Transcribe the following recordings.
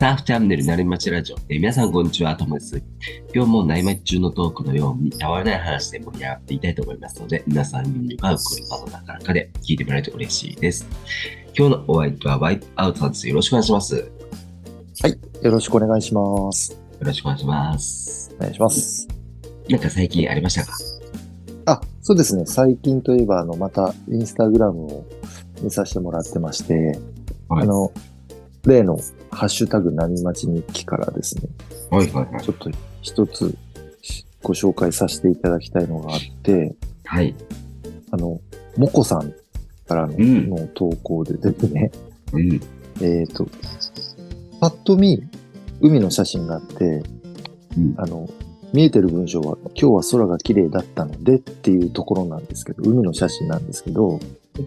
ターフチャンネルなりまちラジオ。皆さんこんにちは、ともです。今日も内町中のトークのように、たわらない話で盛り上がっていきたいと思いますので、皆さんにはこれパートナーかなんかで聞いてもらえると嬉しいです。今日のお相手はワイプアウトさんです。よろしくお願いします。よはい。よろしくお願いします。 ろしくお願いします。 お願いします。 なんか最近ありましたか？ そうですね。最近といえば、また、インスタグラムを見させてもらってまして、 はい。 例の、ハッシュタグ何町日記からですね、 はいはいはい。 ちょっと一つご紹介させていただきたいのがあって、 はい。 もこさんからの、 うん。 投稿でですね、 うん。 えっと、パッと見、海の写真があって、 うん。 見えてる文章は、今日は空が綺麗だったのでっていうところなんですけど、海の写真なんですけど、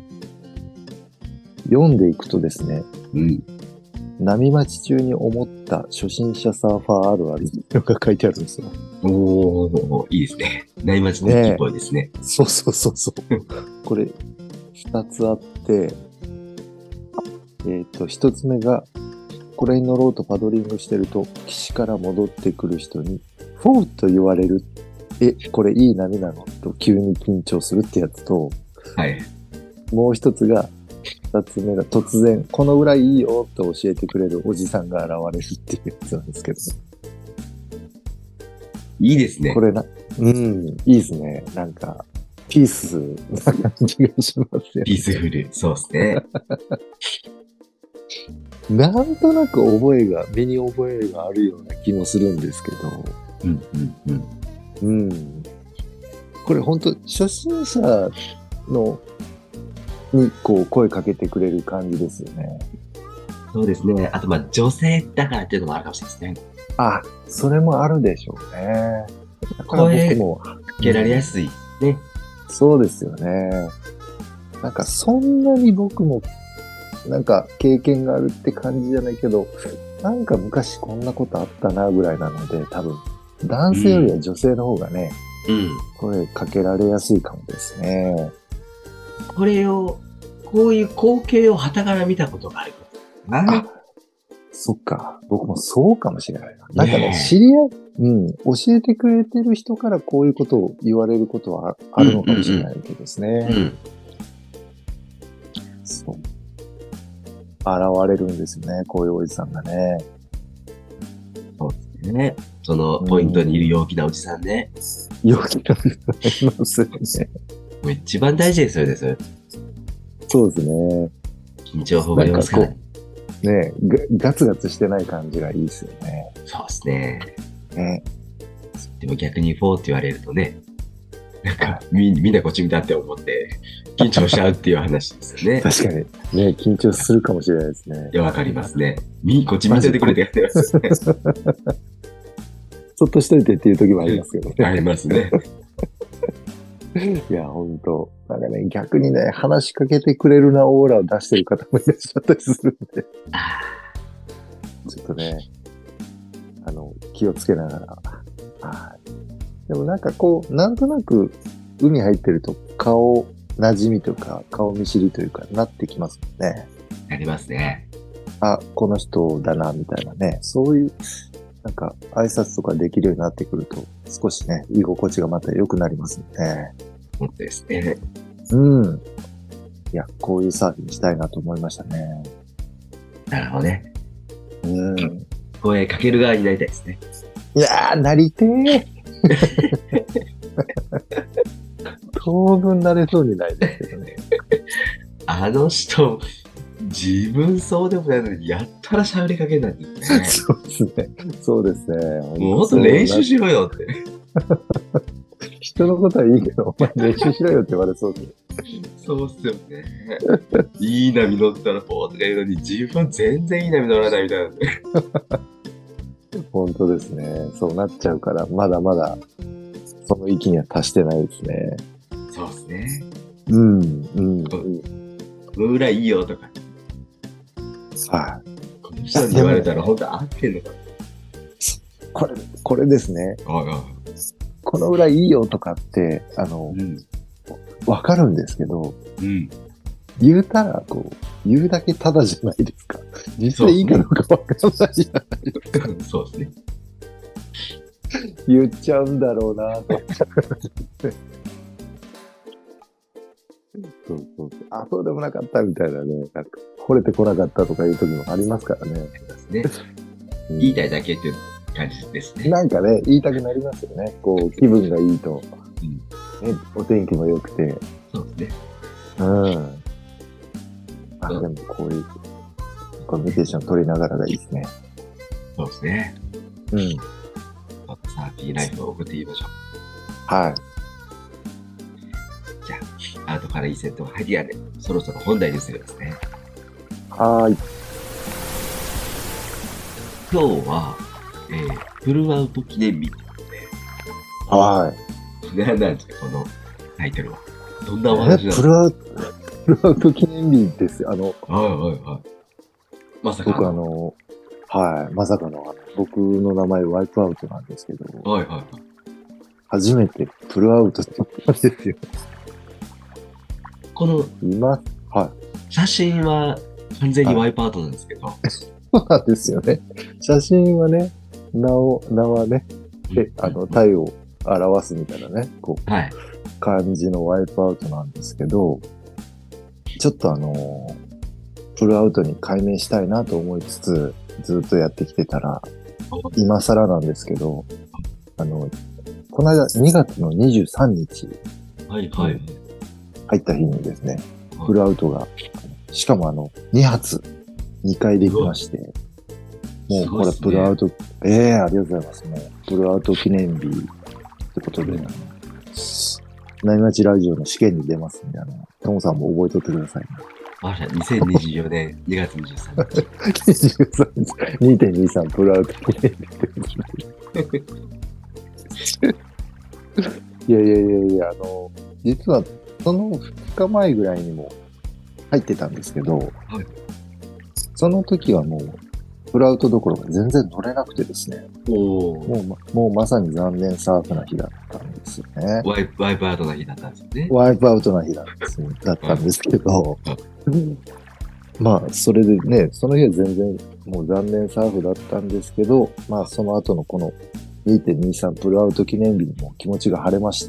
読んでいくとですね、 うん。 波待ち中に思った初心者サーファーあるあるっていうのが書いてあるんですよ。 おー、いいですね。内町日記っねぽいですね。 え。そうそうそうそう。これ、二つあって、一つ目が、これに乗ろうとパドリングしてると、岸から戻ってくる人に、フォーと言われる。これいい波なのと急に緊張するってやつと、 はい。 もう一つが、二つ目が突然、このぐらいいいよって教えてくれるおじさんが現れるっていうやつなんですけど、 いいですね。 これいいですね。なんか、ピースな感じがしますよピースね。 フル。そうですね。 なんとなく身に覚えがあるような気もするんですけど、 うんうんうん。 うん。これ本当初心者の、にこう声かけてくれる感じですよね。 そうですね。あと、まあ、女性だからっていうのもあるかもしれないですね。 それもあるでしょうね。だから僕声かも、 けられやうん、 すいね。 そうですよね。なんかそんなに僕もなんか経験があるって感じじゃないけど、なんか昔こんなことあったなぐらいなので、多分男性よりうん。 は女性の方がね、 うん。 声かけられやすいかもですね。 これを、こういう光景を傍から見たことがあるな。 あ、そっか。僕もそうかもしれないな。なんかね、 ね教えてくれてる人からこういうことを言われることはえ。うんあるのかもしれないけどですね。 うんうん。うん。 そう。現れるんですよね。こういうおじさんがね。 そうですね。そのうポイントにいるん。 陽気なおじさんね。 良きなりますね。 もう一番大事ですよね、それ。 そうですね。 緊張ほぐなんれますからね。 かこガツガツしてない感じがいいですよね。 そうですね。 ね。 でも逆にフォーって言われるとね、なんかはい。 みんなこっち見たって思って緊張しちゃうっていう話ですよね。 確かに。ね、緊張するかもしれないですね。 いや、わかりますね。こっち見マジ、 といてくれって言われますね。 そっとしといてっていう時もありますけどね。 ありますね。 いや、ほんと。なんかね、逆にね、話しかけてくれるなオーラを出してる方もいらっしゃったりするんで、 あちょっとね、気をつけながら。はい。でもなんかこう、なんとなく海入ってると馴染みというか、顔見知りというか、なってきますもんね。 あ、ありますね。 この人だな、みたいなね。そういう、なんか、挨拶とかできるようになってくると、少しね、居心地がまた良くなりますね。 本当ですね。 うん。いや、こういうサーフィンしたいなと思いましたね。 なるほどね。 うん。 声かける側になりたいですね。 いやー、なりてー。当分なれそうにないですけどね。 あの人、自分そうでもないのに、やったら喋りかけないんですね。 そうですね。そうですね。ほんともっと練習そうしろよって。 人のことはいいけど、お前練習しろよって言われそうです。 そうっすよね。いい波乗ったらポーとか言うのに、自分全然いい波乗らないみたいなね。 本当ですね。そうなっちゃうから、まだまだ、その域には達してないですね。 そうっすね。 うん、うん。 ここの裏いいよとか、 はこのい。 人に言われたら本当合ってんのかこれ、これですね。 な。ああ、 このぐらいいいよとかって、 うん、 わかるんですけど、 うん、 言うたら、こう、言うだけただじゃないですか。実際いいかどうかわかんないじゃないですか。 そうですね。 言っちゃうんだろうなと思っちゃう。そうそうそう。あ、そうでもなかったみたいなね。なんか、惚れてこなかったとかいう時もありますからね。 ですね。 うん言いたいだけっていう感じですね。 なんかね、言いたくなりますよね。こう、気分がいいと。 うん、 ね、お天気も良くて。 そうですね。 うん。あ、でもこういうコミュニケーション取りながらがいいですね。 そうですね。 うん。 ちょっとサーフィーライフを送っていきましょう。 はい。 じゃあ、アートからいいセットが入りやで、そろそろ本題ですよですね。 はーい。 今日は、プルアウト記念日ってはことで、何なんですか、このタイトルは。どんなおい。 話なんですか。 プルアウト記念日ですよ。 はいはいはい。まさか僕はい。まさかの、僕の名前ワイプアウトなんですけど、 はいはいはい。 初めてプルアウトって言ったんですよ。 この今、はい。 写真は完全にワイプアウトなんですけど、 そうなんですよね。写真はね、名はね、体を表すみたいなね、こう、 はい。 感じのワイプアウトなんですけど、ちょっとプルアウトに改名したいなと思いつつ、ずっとやってきてたら、今更なんですけど、この間2月の23日はいはい。 入った日にですね、 はいプルアウトが、しかも2発、2回できまして、もうこれプルアウト、ありがとうございます。もうプルアウト記念日ってことで、ナイマチラジオの試験に出ますんで、トモさんも覚えとってくださいね。 あら、2024年2月23日。 2.23プルアウト記念日っていや、実はその2日前ぐらいにも入ってたんですけど、 はい、 その時はもう、プルアウトどころか全然乗れなくてですね。もうまさに残念サーフな日だったんですよね。 ワイプアウトな日だったんですよね。 ワイプアウトな日だったんですけど、まあ、それでね、その日は全然もう残念サーフだったんですけど、まあ、その後のこの2.23プルアウト記念日にも気持ちが晴れまして、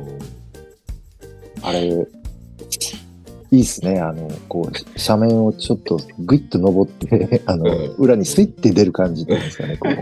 あれ、いいっすね。こう、斜面をちょっとグイッと登って裏にスイッて出る感じっていうんですかね、こ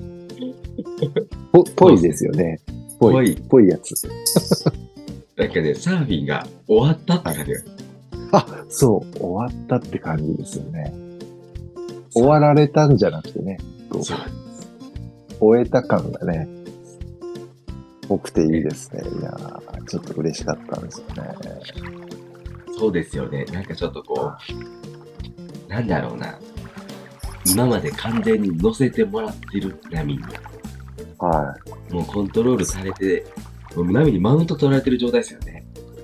う。ぽいですよね。ぽいやつ。 なんかね、サーフィンが終わったって感じが。 あ、そう、終わったって感じですよね。終わられたんじゃなくてね、こう終えた感がね、多くていいですね。いやー、ちょっと嬉しかったんですよね。 そうですよね。なんかちょっとこう、なんだろうな。今まで完全に乗せてもらってる波に、 はもうコントロールされて、もう波にマウント取られてる状態ですよね。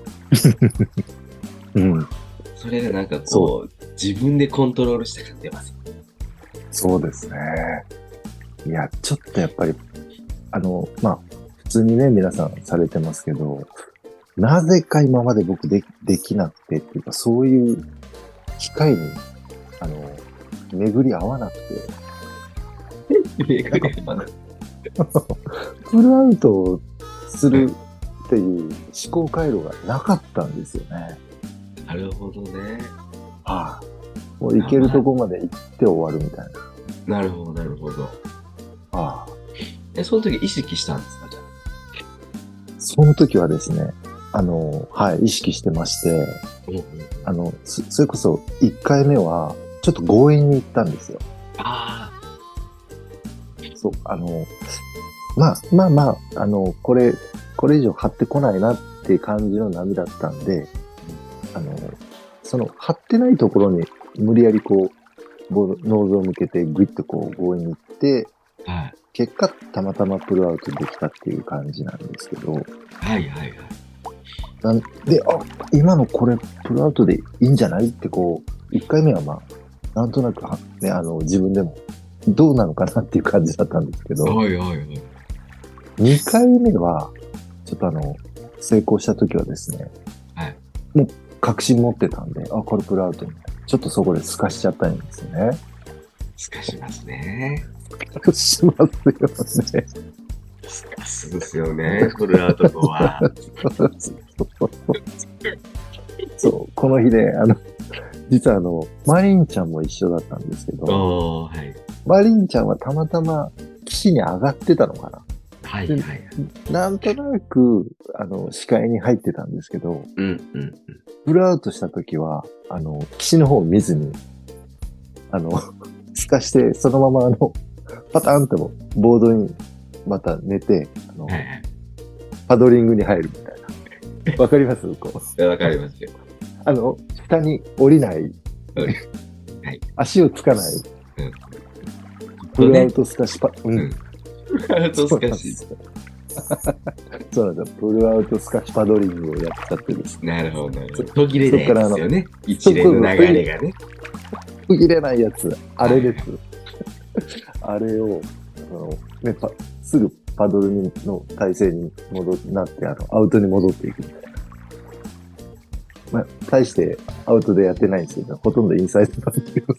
い。うん。 それがなんかこう、自分でコントロールした感じ出ます。 そうですね。いや、ちょっとやっぱり、まあ、普通にね、皆さんされてますけど、なぜか今まで僕できなくてっていうか、そういう機会に、巡り合わなくて。 巡り合わなくて。 プルアウトをするっていう思考回路がなかったんですよね。 なるほどね。 はあ、もう行けるとこまで行って終わるみたいな。 なるほど、なるほど。 ああ、 その時意識したんですか、じゃその時はですね、はい、意識してまして、それこそ1回目は、ちょっと強引に行ったんですよ。 あそう、まあ、これ以上張ってこないなっていう感じの波だったんで、その張ってないところに無理やりこう、ノーズを向けてグイッとこう強引に行って、 はい。 結果たまたまプルアウトできたっていう感じなんですけど、 はいはいはい。 なんで、今のこれプルアウトでいいんじゃないってこう、1回目はまあ、なんとなくね、自分でもどうなのかなっていう感じだったんですけど、 はいはいはい。 2回目は、ちょっと成功した時はですね、 はい。 もう確信持ってたんで、あ、これプルアウトみたいな。ちょっとそこで透かしちゃったんですよね。 透かしますね。 透かしますよね。 透かすですよね、プルアウトとは。 そう、この日ね、実はマリンちゃんも一緒だったんですけど、 おー、はい。 マリンちゃんはたまたま岸に上がってたのかな。 はい、 ではい。 なんとなく、視界に入ってたんですけど、 うん、うん、 プルアウトした時は、岸の方を見ずに、透かして、そのままパターンとボードにまた寝て、 はい、はい。 パドリングに入るみたいな。わかりますこう。 わかりますよ。 下に降りない。 うんはい。 足をつかない。 うん。 プルアウトスカシパ、 うん。プルアウト透かし。 そうなんですよ。プルアウトスカシパドリングをやっちゃってですね。 なるほど、なるほど。途切れないですよね。一連の流れがね。 途切れないやつ。あれです。あれを、ね、すぐパドルの体勢になって、アウトに戻っていくみたいな。まあ、大してアウトでやってないんですけど、ほとんどインサイドなんですけど。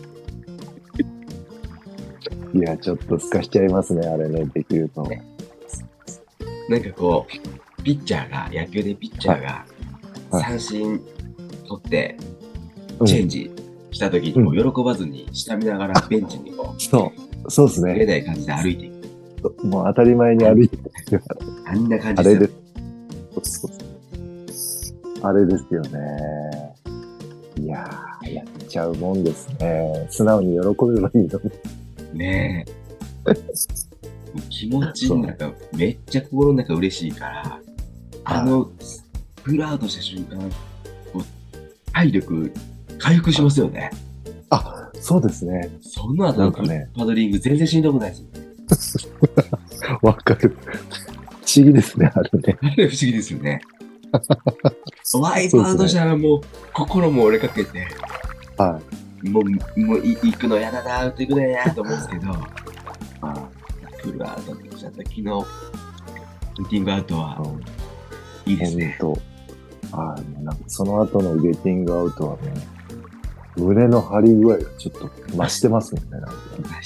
いや、ちょっと透かしちゃいますね、あれね、できると。 なんかこう、ピッチャーが、野球でピッチャーがはい三振取って、 うんチェンジした時にもう喜ばずに下見ながらベンチにこそうですう、見えね。 ない感じで歩いていく。 もう当たり前に歩いてる。 あんな感じあれでですよ。 す。そうあれですよね。いやー、やっちゃうもんですね。素直に喜べばいいのに。 ねえ。気持ちの中、めっちゃ心の中嬉しいから、プルアウトした瞬間、こう体力回復しますよね。 あ、そうですね。 その後のなんかねパドリング全然しんどくないですよ。 わかる。不思議ですね、あれね。 あれ不思議ですよね。ワイプアウトしたらもう心も折れかけて、 はもう行くのやだな、アウト行くのやだと思うんですけど、プルアウトした時のミーティングアウトはいいですね。 本当。なんかその後のゲッティングアウトはね、胸の張り具合がちょっと増してますもんね。なんか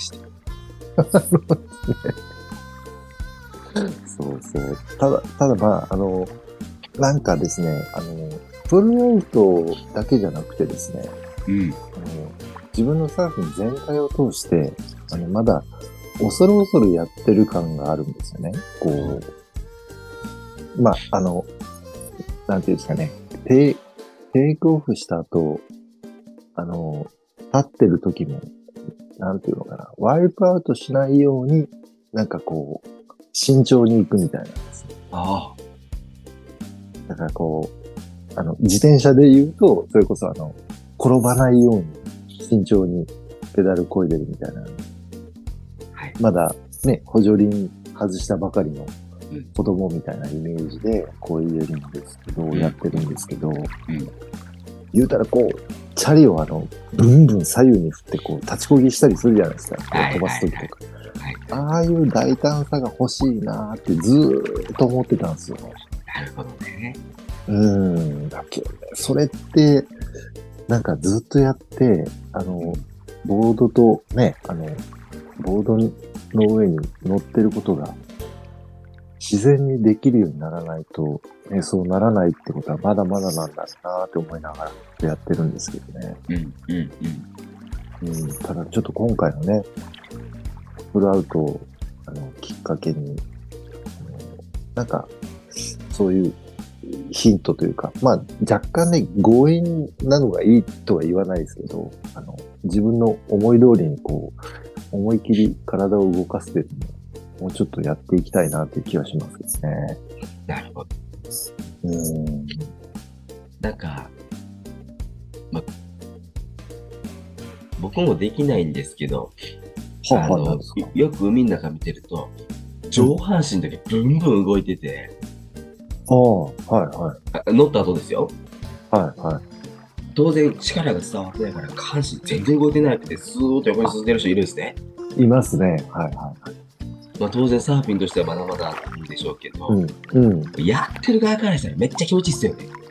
そうそう。ただまあ、なんかですね、プルアウトだけじゃなくてですね、 うん。 自分のサーフィン全体を通して、まだ恐る恐るやってる感があるんですよね。こう、まあ、なんていうんですかね、テイクオフした後、立ってる時も、なんていうのかな、ワイプアウトしないように、なんかこう、慎重に行くみたいなんですね。 あだからこう、自転車で言うと、それこそ転ばないように慎重にペダル漕いでるみたいな。 はい。 まだね、補助輪外したばかりのうん子供みたいなイメージで漕いでるんですけど、 んやってるんですけど、 うん。 言うたらこう、チャリをブンブン左右に振ってこう、立ち漕ぎしたりするじゃないですか。 はい飛ばすときとか。 はい。 ああいう大胆さが欲しいなーってずーっと思ってたんですよ。 なるほどね。 だけどね、それって、なんかずっとやって、ボードとね、ボードの上に乗ってることが自然にできるようにならないと、ね、そうならないってことはまだまだなんだなって思いながらやってるんですけどね。ただちょっと今回のね、プルアウトをきっかけに、なんか、そういうヒントというか、まあ若干ね、強引なのがいいとは言わないですけど、自分の思い通りにこう、思い切り体を動かすっていうのも、もうちょっとやっていきたいなっていう気はしますですね。 なるほど。 うん。 なんか、僕もできないんですけど、 なんですか。 よく海の中見てると、上半身だけブンブン動いてて、乗った後ですよ。当然力が伝わってないから下半身全然動いてなくて、スーッと横に進んでる人いるんですね。 いますね。 当然サーフィンとしてはまだまだなんでしょうけど、 うん。 やってる側からしたらめっちゃ気持ちいいっすよね。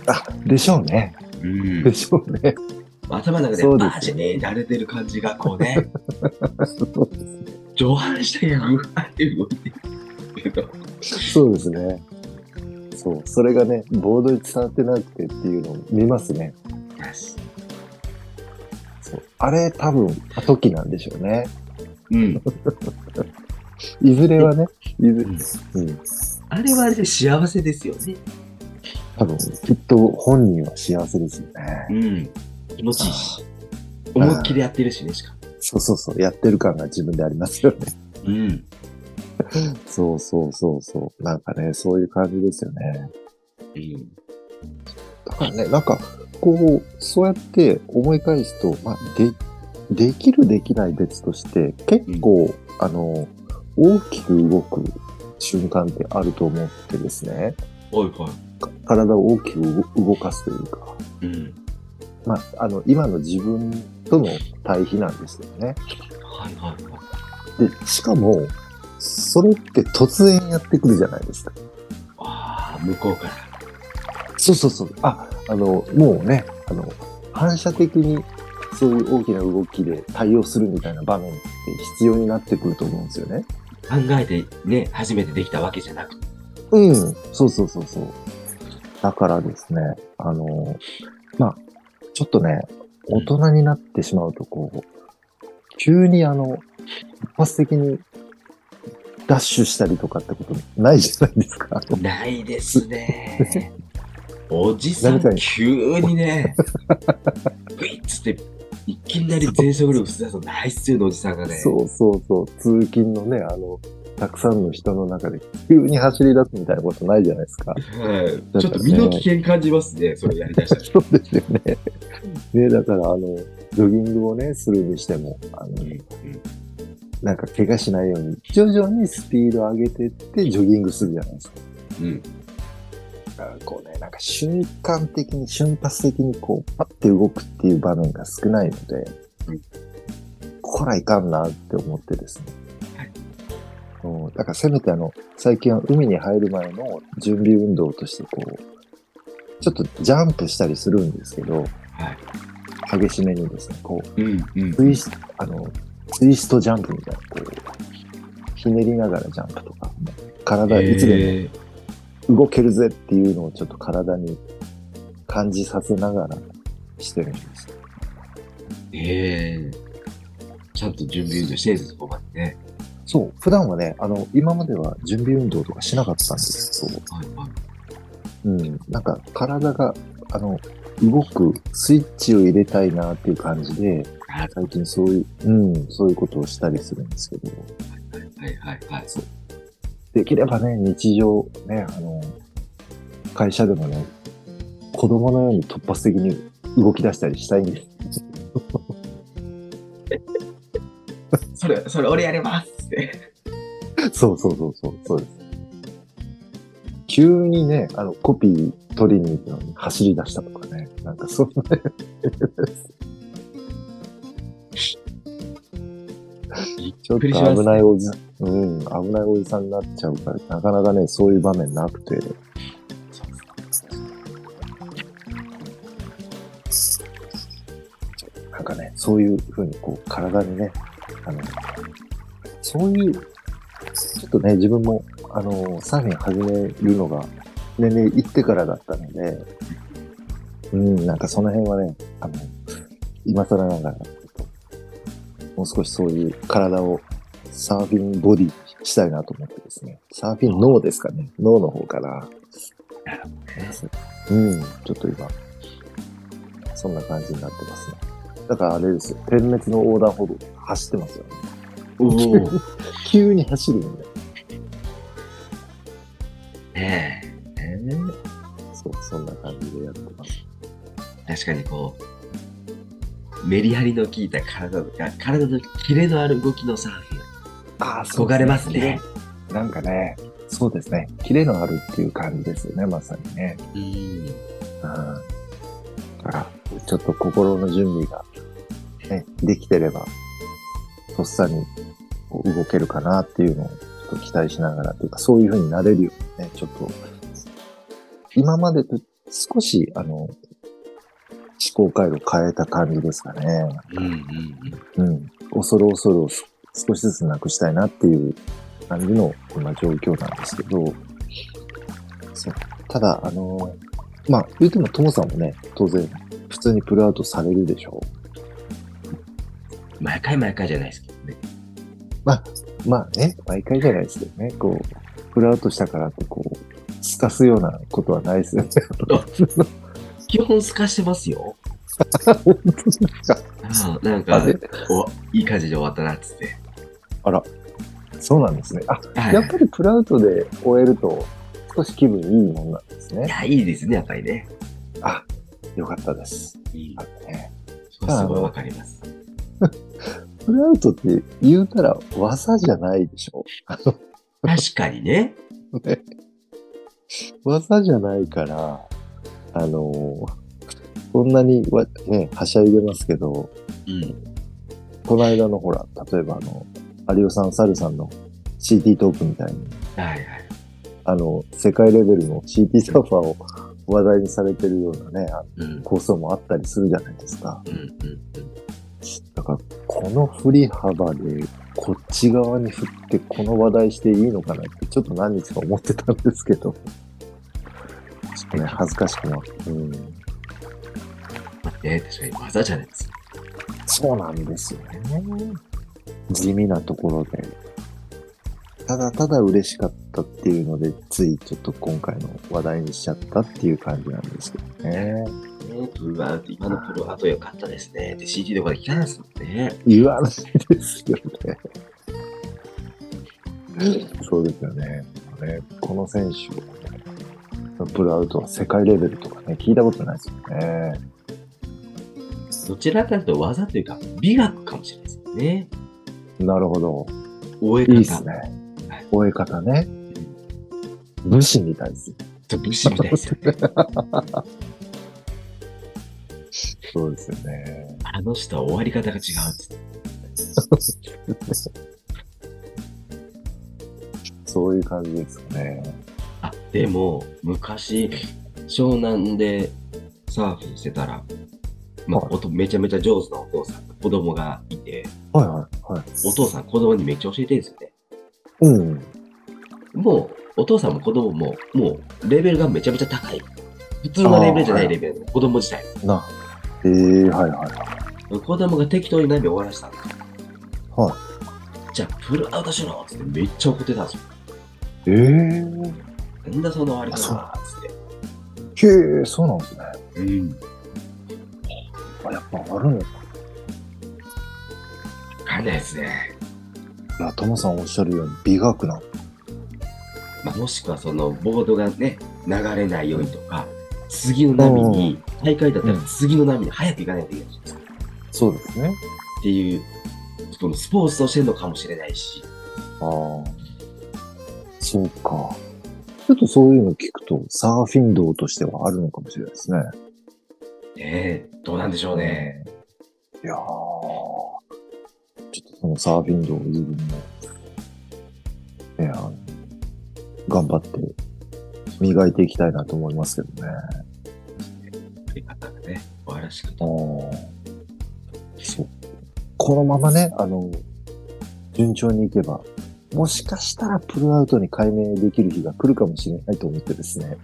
あ、でしょうね。 うんで。しょうね。 頭の中でそうですバージに慣れてる感じがこうね、 そうですね。 上半身がぐわって動いてるけど。 そうですね。そう。それがね、ボードに伝わってなくてっていうのを見ますね。 よし。 そう。あれ多分過渡期なんでしょうね。 うん。 いずれはね、 うんうん。 あれはあれで幸せですよね。 多分、きっと本人は幸せですよね。 うん。気持ちいいし。思いっきりやってるしね、しかも。 そうそうそう。やってる感が自分でありますよね。 うん。 そうそうそうそう。なんかね、そういう感じですよね。 うん。 だからね、なんか、こう、そうやって思い返すと、まあ、できるできない別として、結構、大きく動く瞬間ってあると思ってですね。 はいは体を大きく動かすというか、 い。うん。 まあ、今の自分との対比なんですよね。 はいはいはい。 で、しかも、それって突然やってくるじゃないですか。 ああ、向こうから。 そうそうそう。もうね、反射的にそういう大きな動きで対応するみたいな場面って必要になってくると思うんですよね。 考えてね、初めてできたわけじゃなくて。 うん。そうそうそうそう。だからですね、まあ、ちょっとね、大人になってしまうと、こう、急に一発的にダッシュしたりとかってことないじゃないですか。 ないですね。おじさん何かに、 急にね、グイッつって、いきなり全速力出すのないっすよね、おじさんがね。 そうそうそう、通勤のね、たくさんの人の中で急に走り出すみたいなことないじゃないですか。 はい。ちょっと身の危険感じますね、それやりだしたら。 そうですよね。ね、だからジョギングをね、するにしても、なんか怪我しないように、徐々にスピードを上げていってジョギングするじゃないですか。 うん。 だからこうね、なんか瞬間的に、瞬発的にこう、パッて動くっていう場面が少ないので、 うんこらいかんなって思ってですね。 はいだからせめて最近は海に入る前の準備運動としてこう、ちょっとジャンプしたりするんですけど、 はい。 激しめにですね、こう、 うん、うん。 ツイストジャンプみたいな、こう、ひねりながらジャンプとか、体いつでも動けるぜっていうのをちょっと体に感じさせながらしてるんです。 ちゃんと準備運動してるんです、そこまでね。 そう、普段はね、今までは準備運動とかしなかったんですけど、 はいはい。 なんか体が、動くスイッチを入れたいなっていう感じで、最近そういう、そういうことをしたりするんですけど、 はいはいはい。 そう。できればね、日常、ね、会社でもね、子供のように突発的に動き出したりしたいんです。 それ俺やりますって。 そうそうそうそう、そうです。急にね、コピー取りに行くのに走り出したとかね、なんかそんな、ちょっと危ないおじさん、危ないおじさんになっちゃうから、なかなかね、そういう場面なくて。なんかね、そういうふうにこう、体にね、そういう、ちょっとね、自分も、サーフィン始めるのが、年齢いってからだったので、なんかその辺はね、今更ながら、もう少しそういう体をサーフィンボディにしたいなと思ってですね。サーフィン脳ですかね。脳の方から。 なるほどね。 ちょっと今、そんな感じになってますね。だからあれですよ。点滅の横断歩道走ってますよね。 おお。 急に走るんで。 ねそう、そんな感じでやってます。 確かにこう、メリハリの効いた体のキレのある動きのサーフィン。憧れますね。 なんかね、そうですね。キレのあるっていう感じですよね、まさにね。だから、ちょっと心の準備が、ね、できてれば、とっさに動けるかなっていうのをちょっと期待しながらというか、そういう風になれるようにね、ちょっと、今までと少し、思考回路変えた感じですかね。 うんうんうん。 うん。恐る恐るを少しずつなくしたいなっていう感じの今状況なんですけど、そう。ただ、まあ、言うてもトモさんもね、当然、普通にプルアウトされるでしょ毎回毎回じゃないですけどね。 う。まあね、毎回じゃないですけどね、こう、プルアウトしたからってこう、すかすようなことはないですよね。 あ、基本透かしてますよ。 本当ですか。 なんか、 あれいい感じで終わったなっつって。 あら、そうなんですね。あ、 はいはい。 やっぱりプルアウトで終えると少し気分いいもんなんですね。 いや、いいですね、やっぱりね。 あ、よかったです。 いい。 ね、 そうすごいわかります。 プルアウトって言うたら技じゃないでしょ。 確かにね。 ね、技じゃないから、あのこんなにね、はしゃいでますけど、 うん。 この間のほら、例えば有オさん、サルさんの CT トークみたいに、 はいはい。 世界レベルの CT サーファーを話題にされてるようなね、 うん。 構想もあったりするじゃないですか。 うんうんだから、この振り幅で、こっち側に振ってこの話題していいのかなって、ちょっと何日か思ってたんですけど、ちょっとね、恥ずかしくなって。うん。 ね、確かに技じゃないですか。 そうなんですよね。地味なところで。ただただ嬉しかったっていうので、ついちょっと今回の話題にしちゃったっていう感じなんですけどね。 ね、プルアウト、今のプルアウト良かったですね。で、CT とかで聞かないですもんね。 言わないですよね。そうですよね。この選手のプルアウトは世界レベルとかね、聞いたことないですよね。 どちらかというと技というか、美学かもしれないですよね。 なるほど。 終え方。 いいですね。終え方ね。武士みたいですよ。 武士みたいですよね。 そうですよね。 あの人は終わり方が違うっつって。 そういう感じですかね。 あ、でも、昔、湘南でサーフィンしてたら、まあ、 はいめちゃめちゃ上手なお父さん、子供がいて、 はいはいはい。 お父さん、子供にめっちゃ教えてるんですよね。 うん。 もう、お父さんも子供も、もう、レベルがめちゃめちゃ高い。普通のレベルじゃないレベルの子供自体。 はいはい。 子供が適当に波終わらせたんですよ。 はい。 じゃあ、プルアウトしろっつってめっちゃ怒ってたんですよ。なんだその終わり方はっつって。 へえ、そうなんですね。 うん。 あ、やっぱあるのか。 わかんないですね。 いや、トモさんおっしゃるように美学なの。 まあ、もしくはそのボードがね、流れないようにとか、次の波に、大会だったら次の波に早く行かないといけないじゃないですか。 そうですね。 っていう、そのスポーツとしてるのかもしれないし。 ああ。そうか。ちょっとそういうの聞くと、サーフィン道としてはあるのかもしれないですね。 ねえ、どうなんでしょうね。 いやー、ちょっとそのサーフィン道を自分も、ね、頑張って磨いていきたいなと思いますけどね。 振り方がね、終わらしくて。 そう。このままね、順調にいけば、もしかしたらプルアウトに改名できる日が来るかもしれないと思ってですね。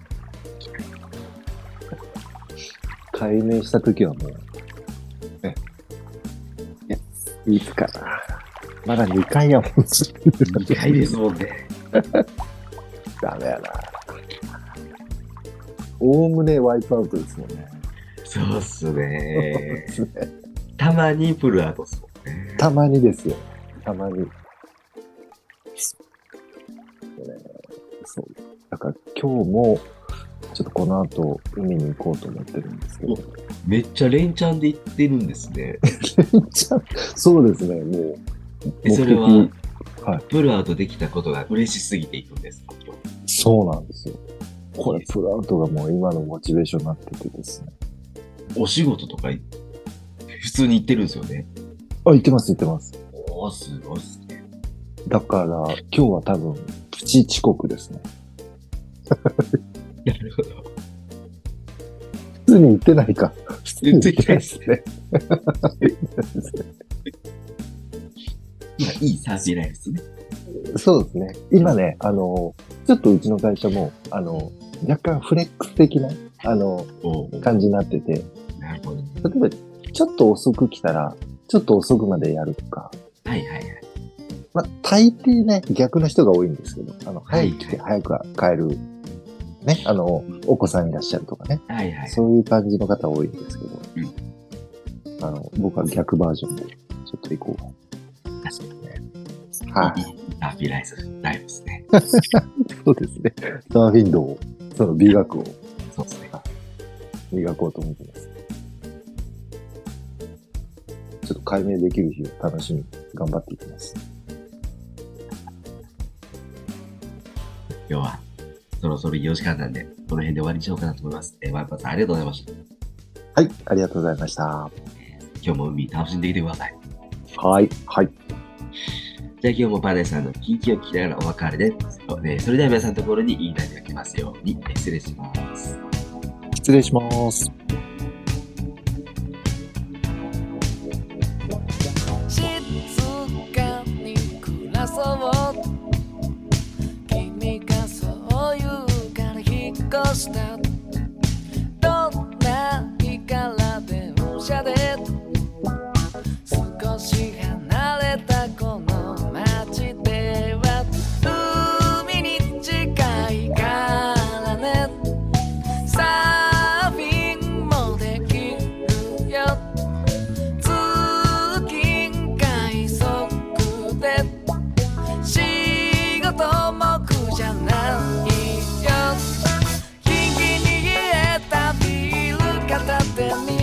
改名した時はもう、ね、いつかな。まだ2回やもん。 2回ですもんね。 ダメやな。おおむねワイプアウトですもんね。 そうっすね。たまにプルアウトっすもんね。 たまにですよ。たまに。そう。だから今日も、ちょっとこの後、海に行こうと思ってるんですけど。 めっちゃ連チャンで行ってるんですね。 そうですね、もう。 それは、 はい、 プルアウトできたことが嬉しすぎていくんですか、今日。そうなんですよ。これ、プルアウトがもう今のモチベーションになっててですね。 お仕事とか、普通に行ってるんですよね。 あ、行ってます、行ってます。 おー、すごいっすね。 だから、今日は多分、プチ遅刻ですね。 なるほど。 通に行ってないか。普通に行ってないですね。 まあ、いいサーフィンライフですね。 そうですね。今ね、ちょっとうちの会社も、若干フレックス的な、 おう感じになってて、 なるほど。 例えば、ちょっと遅く来たら、ちょっと遅くまでやるとか、 はいはいはい。 まあ、大抵ね、逆の人が多いんですけど、 はい早く来て早く帰る、ね、お子さんいらっしゃるとかね、 はいはい。 そういう感じの方多いんですけど、 うん僕は逆バージョンで、ちょっと行こう。 確かにね。 はいいサーフィンライフですね。 そうですね。サーフィン道を、その美学をそうですね。 磨こうと思ってます。ちょっと解明できる日を楽しみに頑張っていきます。 今日はそろそろ4時間なんで、この辺で終わりにしようかなと思います。ワイパーさんありがとうございました。 はい、ありがとうございました。 今日も海楽しんできてください。 はい、はい。 じゃあ今日もパネさんの近況を聞きながらお別れで、それでは皆さんのところにいいライブが来ますように、失礼します。 失礼します。 静かに暮らそう君がそう言うから引っ越したどんな日から電車で少し離れたこの街では海に近いからねサーフィンもできるよ通勤快速で仕事も苦じゃないよキンキンに冷えたビール片手に